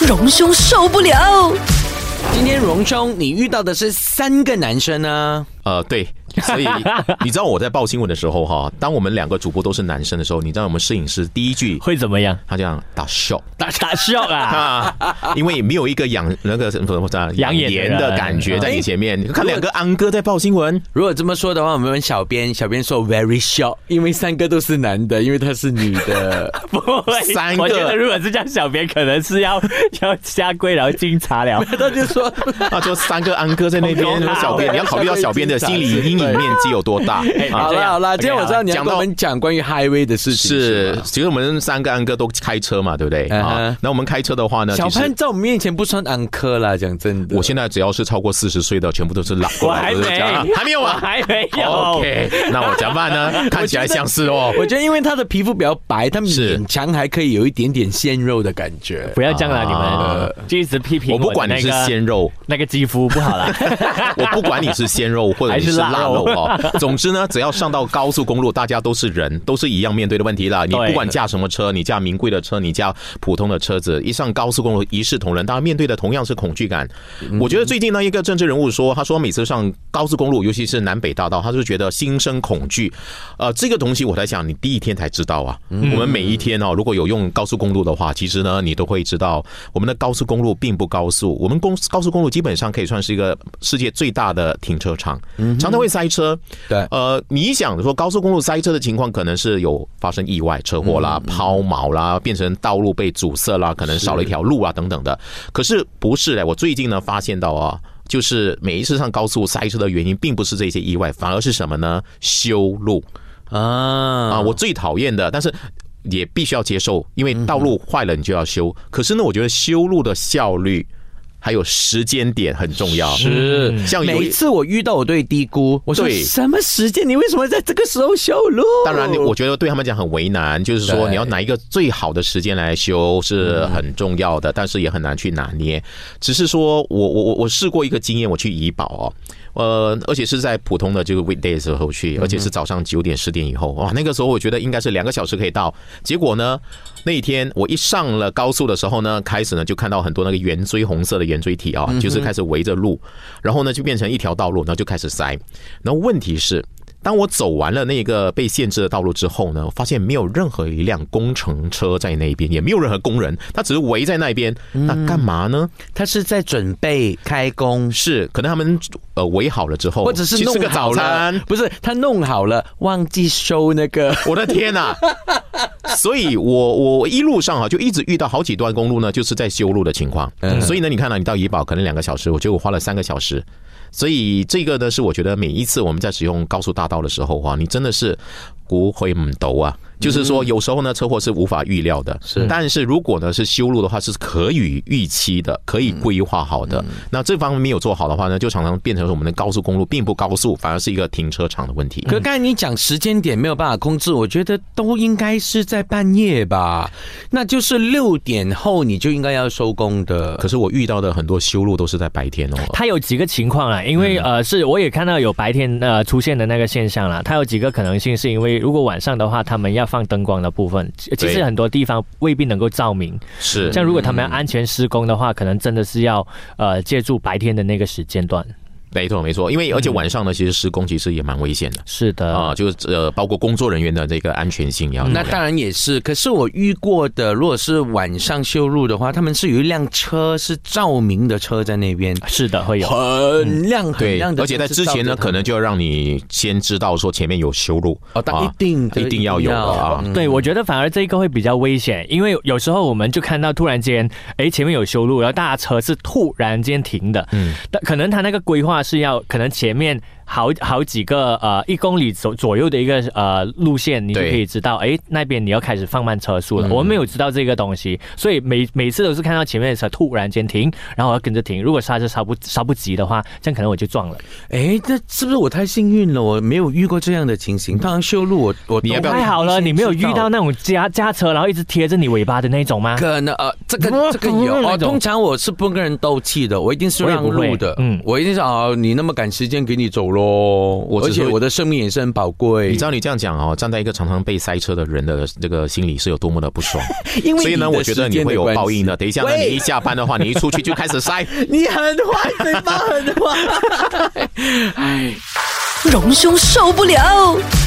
荣兄受不了。 今天荣兄，你遇到的是3个男生呢？ 对，所以你知道我在报新闻的时候哈，当我们2个主播都是男生的时候，你知道我们摄影师第一句会怎么样？ 他这样打笑， 打笑啊！ 因为没有一个养眼的感觉在你前面。看2个安哥在报新闻， 如果这么说的话，我们小编说 very short， 因为3个都是男的，因为他是女的。 不会，3个，我觉得如果是这样，小编可能是要下跪然后敬茶了。 他就说 3个安哥在那边，小编你要考虑到小编的心理阴影面积有多大。 好了，今天我知道你要跟我们讲关于 highway 的事情。 是，其实我们3个安哥都开车嘛，对不对？那我们开车的话呢， 小潘在我们面前不算安哥啦，讲真的。 我现在只要是超过40岁的，全部都是老。 我还没有啊，还没有。 OK， 那我怎么办呢？看起来像是哦。 我觉得因为他的皮肤比较白，他勉强还可以有一点点鲜肉的感觉。 不要这样啦，你们就一直批评我不管你是鲜肉， 那个肌肤不好啦。 我不管你是鲜肉或者你是腊肉哦。总之呢，只要上到高速公路，大家都是人，都是一样面对的问题啦。你不管驾什么车，你驾名贵的车，你驾普通的车子，一上高速公路一视同仁，大家面对的同样是恐惧感。我觉得最近呢，一个政治人物说，他说每次上高速公路，尤其是南北大道，他就觉得心生恐惧。这个东西我在想，你第一天才知道啊。我们每一天哦，如果有用高速公路的话，其实呢，你都会知道，我们的高速公路并不高速。我们高速公路基本上可以算是一个世界最大的停车场，常常会塞车。 对， 你想说高速公路塞车的情况，可能是有发生意外、车祸啦、抛锚啦，变成道路被阻塞啦，可能少了一条路啊等等的。可是不是嘞，我最近呢发现到啊，就是每一次上高速塞车的原因，并不是这些意外，反而是什么呢？修路啊！我最讨厌的，但是也必须要接受，因为道路坏了你就要修。可是呢，我觉得修路的效率还有时间点很重要。 是，像每一次我遇到我都会低估，我说什么时间？你为什么在这个时候修路？ 当然，我觉得对他们讲很为难，就是说你要拿一个最好的时间来修是很重要的，但是也很难去拿捏。只是说我试过一个经验，我去怡保哦。而且是在普通的这个 weekday 的时候去，而且是早上9点10点以后，哇，那个时候我觉得应该是2个小时可以到。结果呢，那一天我一上了高速的时候呢，开始呢就看到很多那个圆锥红色的圆锥体啊，就是开始围着路，然后呢就变成一条道路，然后就开始塞。然后问题是，当我走完了那个被限制的道路之后呢，我发现没有任何一辆工程车在那边，也没有任何工人，他只是围在那边。那干嘛呢？ 他是在准备开工， 是可能他们围好了之后， 或者是弄好了， 个早餐， 不是他弄好了，忘记收那个。 我的天哪！所以我一路上就一直遇到好几段公路呢，就是在修路的情况。所以呢，你看你到怡保可能2个小时，我觉得我花了3个小时。所以这个呢，是我觉得每一次我们在使用高速大道的时候你真的是骨灰唔斗啊，就是说有时候呢车祸是无法预料的，但是如果呢是修路的话，是可以预期的，可以规划好的。那这方面没有做好的话呢，就常常变成我们的高速公路并不高速，反而是一个停车场的问题。 可刚才你讲时间点没有办法控制，我觉得都应该是在半夜吧，那就是6点后你就应该要收工的。 可是我遇到的很多修路都是在白天哦。 它有几个情况啦，因为是我也看到有白天出现的那个现象啦。它有几个可能性，是因为如果晚上的话，他们要放灯光的部分，其实很多地方未必能够照明。 是， 像如果他们要安全施工的话，可能真的是要借助白天的那个时间段。 没错没错，因为而且晚上呢，其实施工其实也蛮危险的。 是的就是包括工作人员的这个安全性要。 那当然也是，可是我遇过的，如果是晚上修路的话，他们是有一辆车是照明的车在那边。 是的，会有很亮很亮的， 而且在之前呢，可能就要让你先知道说前面有修路但一定要有的对，我觉得反而这个会比较危险，因为有时候我们就看到突然间，前面有修路，然后大车是突然间停的，但可能他那个规划是要可能前面好几个1公里左右的一个路线，你就可以知道那边你要开始放慢车速了。我们没有知道这个东西，所以每次都是看到前面的车突然间停，然后我要跟着停。如果刹车刹不及的话，这样可能我就撞了。 那是不是我太幸运了？我没有遇过这样的情形。当然修路我你太好了，你没有遇到那种加车然后一直贴着你尾巴的那种吗？ 可能这个有通常我是不跟人斗气的，我一定是让路的。我一定是你那么赶时间给你走咯。 咯，而且我的生命也是很宝贵。 你知道你这样讲哦，站在一个常常被塞车的人的这个心里是有多么的不爽。 因为所以呢，我觉得你会有报应的。等一下呢，你一下班的话，你一出去就开始塞。 你很坏，嘴巴很坏。 荣兄受不了。